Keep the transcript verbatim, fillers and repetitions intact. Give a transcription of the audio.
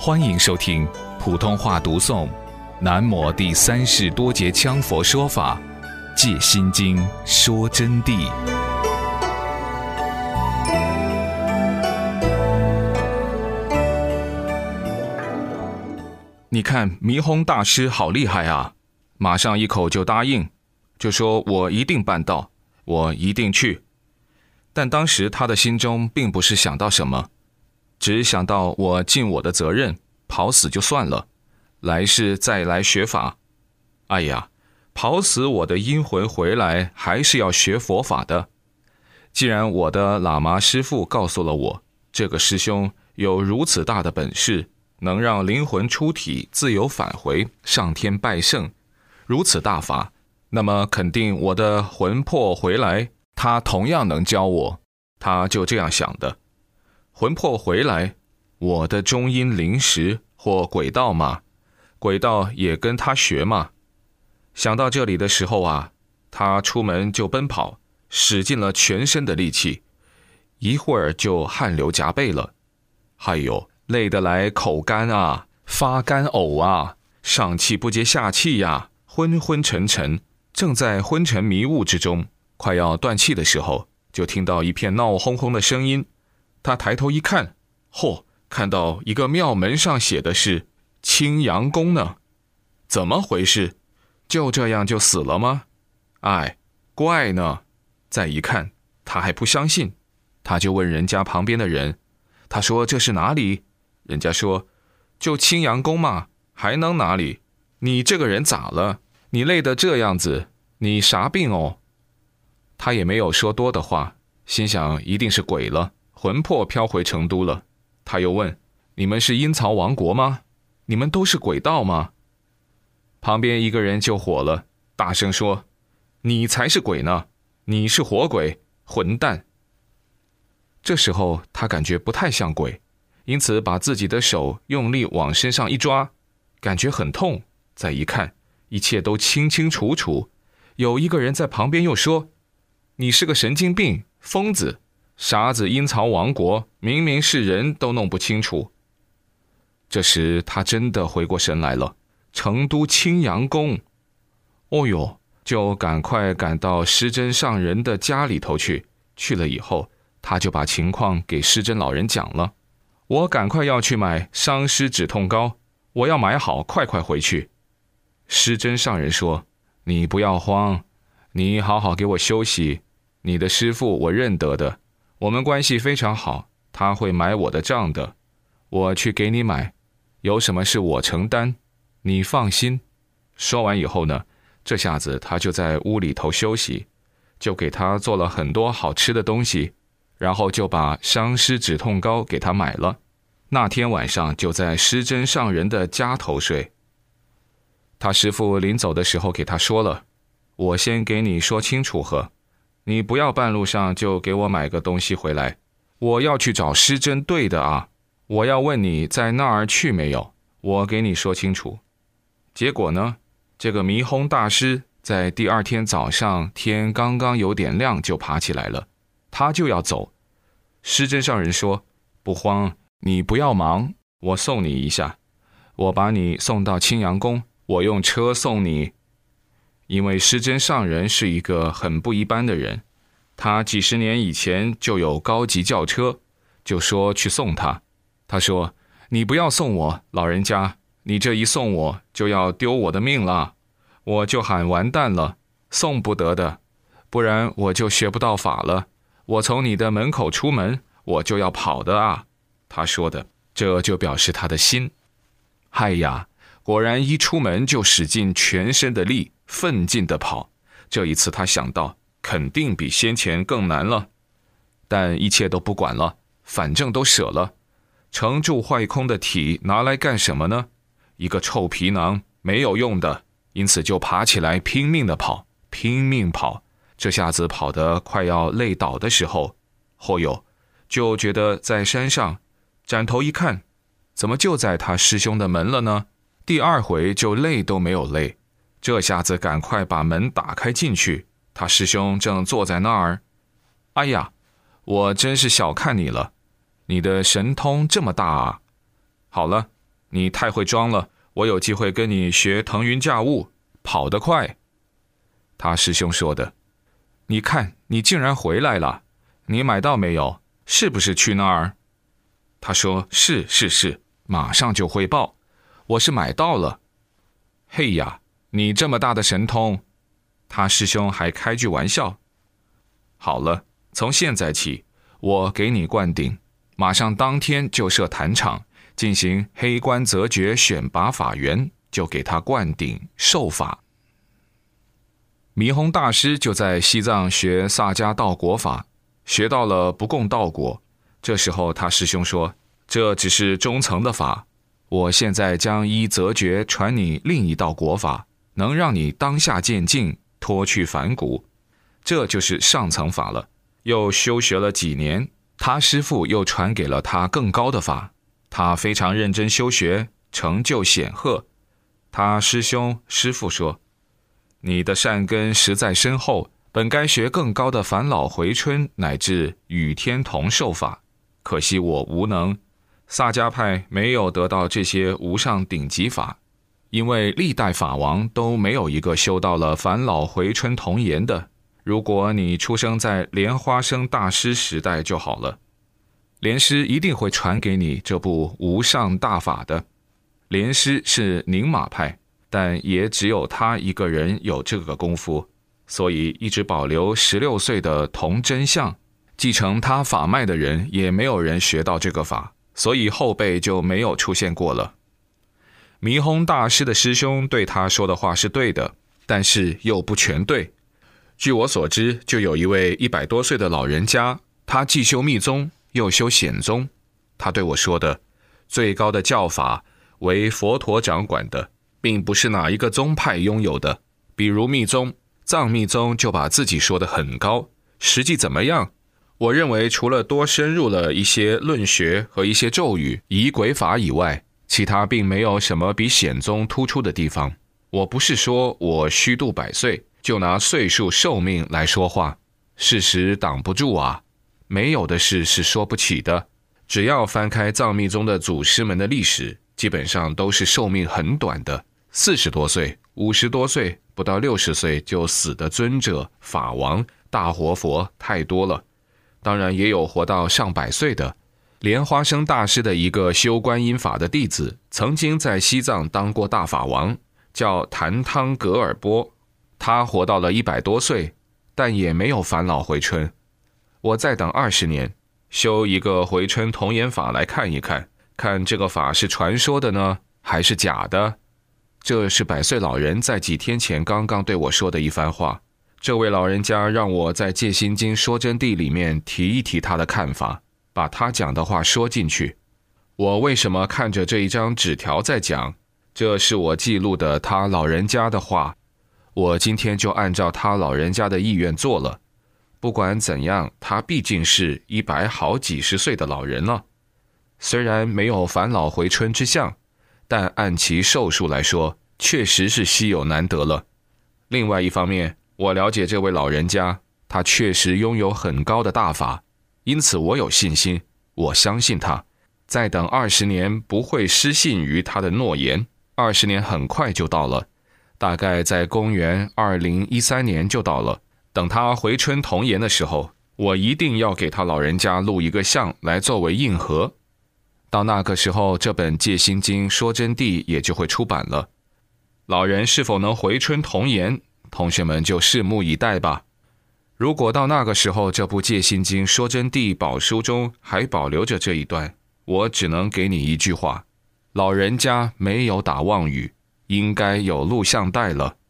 欢迎收听普通话读诵南摩第三世多杰羌佛说法借心经说真谛。你看弥轰大师好厉害啊，马上一口就答应，就说我一定办到，我一定去。但当时他的心中并不是想到什么，只想到我尽我的责任，跑死就算了，来世再来学法。哎呀，跑死我的阴魂回来还是要学佛法的。既然我的喇嘛师父告诉了我，这个师兄有如此大的本事，能让灵魂出体自由返回上天拜圣，如此大法，那么肯定我的魂魄回来，他同样能教我。他就这样想的，魂魄回来，我的中阴灵识或轨道嘛，轨道也跟他学嘛。想到这里的时候啊，他出门就奔跑，使尽了全身的力气，一会儿就汗流浃背了。哎呦，累得来口干啊，发干呕啊，上气不接下气呀，昏昏沉沉。正在昏沉迷雾之中，快要断气的时候，就听到一片闹哄哄的声音。他抬头一看，嚯，看到一个庙门上写的是青阳宫呢。怎么回事？就这样就死了吗？哎，怪呢。再一看，他还不相信，他就问人家旁边的人，他说这是哪里？人家说就青阳宫嘛，还能哪里？你这个人咋了？你累得这样子，你啥病哦？他也没有说多的话，心想一定是鬼了，魂魄飘回成都了。他又问，你们是阴曹王国吗？你们都是鬼道吗？旁边一个人就火了，大声说，你才是鬼呢，你是活鬼，混蛋。这时候他感觉不太像鬼，因此把自己的手用力往身上一抓，感觉很痛。再一看，一切都清清楚楚。有一个人在旁边又说，你是个神经病，疯子，傻子，阴曹王国明明是人都弄不清楚。这时他真的回过神来了，成都青阳宫。哦哟，就赶快赶到施真上人的家里头去。去了以后，他就把情况给施真老人讲了。我赶快要去买伤湿止痛膏，我要买好，快快回去。施真上人说，你不要慌，你好好给我休息，你的师父我认得的，我们关系非常好，他会买我的账的，我去给你买，有什么事我承担，你放心。说完以后呢，这下子他就在屋里头休息，就给他做了很多好吃的东西，然后就把伤湿止痛膏给他买了。那天晚上就在施真上人的家头睡。他师父临走的时候给他说了，我先给你说清楚呵，你不要半路上就给我买个东西回来，我要去找施真对的啊，我要问你在那儿去没有，我给你说清楚。结果呢，这个弥轰大师在第二天早上天刚刚有点亮就爬起来了，他就要走。施真上人说，不慌，你不要忙，我送你一下，我把你送到青阳宫，我用车送你。因为施真上人是一个很不一般的人，他几十年以前就有高级轿车，就说去送他。他说，你不要送我，老人家，你这一送我就要丢我的命了。我就喊完蛋了，送不得的，不然我就学不到法了，我从你的门口出门我就要跑的啊。他说的这就表示他的心。嗨呀，果然一出门就使尽全身的力，奋进的跑。这一次他想到肯定比先前更难了，但一切都不管了，反正都舍了。成住坏空的体拿来干什么呢？一个臭皮囊，没有用的，因此就爬起来拼命的跑，拼命跑。这下子跑得快要累倒的时候，后有就觉得在山上，转头一看，怎么就在他师兄的门了呢？第二回就累都没有累，这下子赶快把门打开进去，他师兄正坐在那儿。哎呀，我真是小看你了，你的神通这么大啊！好了， 你太会装了，我有机会跟你学腾云驾雾，跑得快。他师兄说的。你看，你竟然回来了，你买到没有？是不是去那儿？他说是是是，马上就汇报，我是买到了。嘿呀，你这么大的神通！他师兄还开句玩笑。好了，从现在起，我给你灌顶，马上当天就设坛场，进行黑官择爵选拔法员，就给他灌顶授法。弥弘大师就在西藏学萨迦道果法，学到了不共道果。这时候他师兄说，这只是中层的法，我现在将依择爵传你另一道果法，能让你当下渐进，脱去反骨，这就是上层法了。又修学了几年，他师父又传给了他更高的法，他非常认真修学，成就显赫。他师兄师父说，你的善根实在深厚，本该学更高的返老回春乃至与天同寿法，可惜我无能。萨迦派没有得到这些无上顶级法，因为历代法王都没有一个修到了返老回春童颜的。如果你出生在莲花生大师时代就好了，莲师一定会传给你这部无上大法的。莲师是宁玛派，但也只有他一个人有这个功夫，所以一直保留十六岁的童真相。继承他法脉的人也没有人学到这个法，所以后辈就没有出现过了。弥弘大师的师兄对他说的话是对的，但是又不全对。据我所知，就有一位一百多岁的老人家，他既修密宗又修显宗。他对我说的，最高的教法为佛陀掌管的，并不是哪一个宗派拥有的。比如密宗，藏密宗就把自己说得很高，实际怎么样？我认为除了多深入了一些论学和一些咒语、仪轨法以外，其他并没有什么比显宗突出的地方。我不是说我虚度百岁，就拿岁数寿命来说话，事实挡不住啊，没有的事是说不起的。只要翻开藏密宗的祖师们的历史，基本上都是寿命很短的，四十多岁、五十多岁，不到六十岁就死的尊者、法王、大活佛太多了。当然也有活到上百岁的。莲花生大师的一个修观音法的弟子，曾经在西藏当过大法王，叫谭汤格尔波。他活到了一百多岁，但也没有返老回春。我再等二十年，修一个回春童颜法来看一看，看这个法是传说的呢，还是假的？这是百岁老人在几天前刚刚对我说的一番话。这位老人家让我在戒心经说真谛里面提一提他的看法，把他讲的话说进去。我为什么看着这一张纸条在讲？这是我记录的他老人家的话，我今天就按照他老人家的意愿做了。不管怎样，他毕竟是一百好几十岁的老人了，虽然没有返老回春之相，但按其寿数来说，确实是稀有难得了。另外一方面，我了解这位老人家，他确实拥有很高的大法，因此我有信心，我相信他。再等二十年不会失信于他的诺言，二十年很快就到了，大概在公元二零一三年就到了。等他回春童颜的时候，我一定要给他老人家录一个像来作为印盒。到那个时候，这本戒心经说真谛也就会出版了。老人是否能回春童颜，同学们就拭目以待吧。如果到那个时候这部戒心经说真谛宝书中还保留着这一段，我只能给你一句话，老人家没有打妄语，应该有录像带了。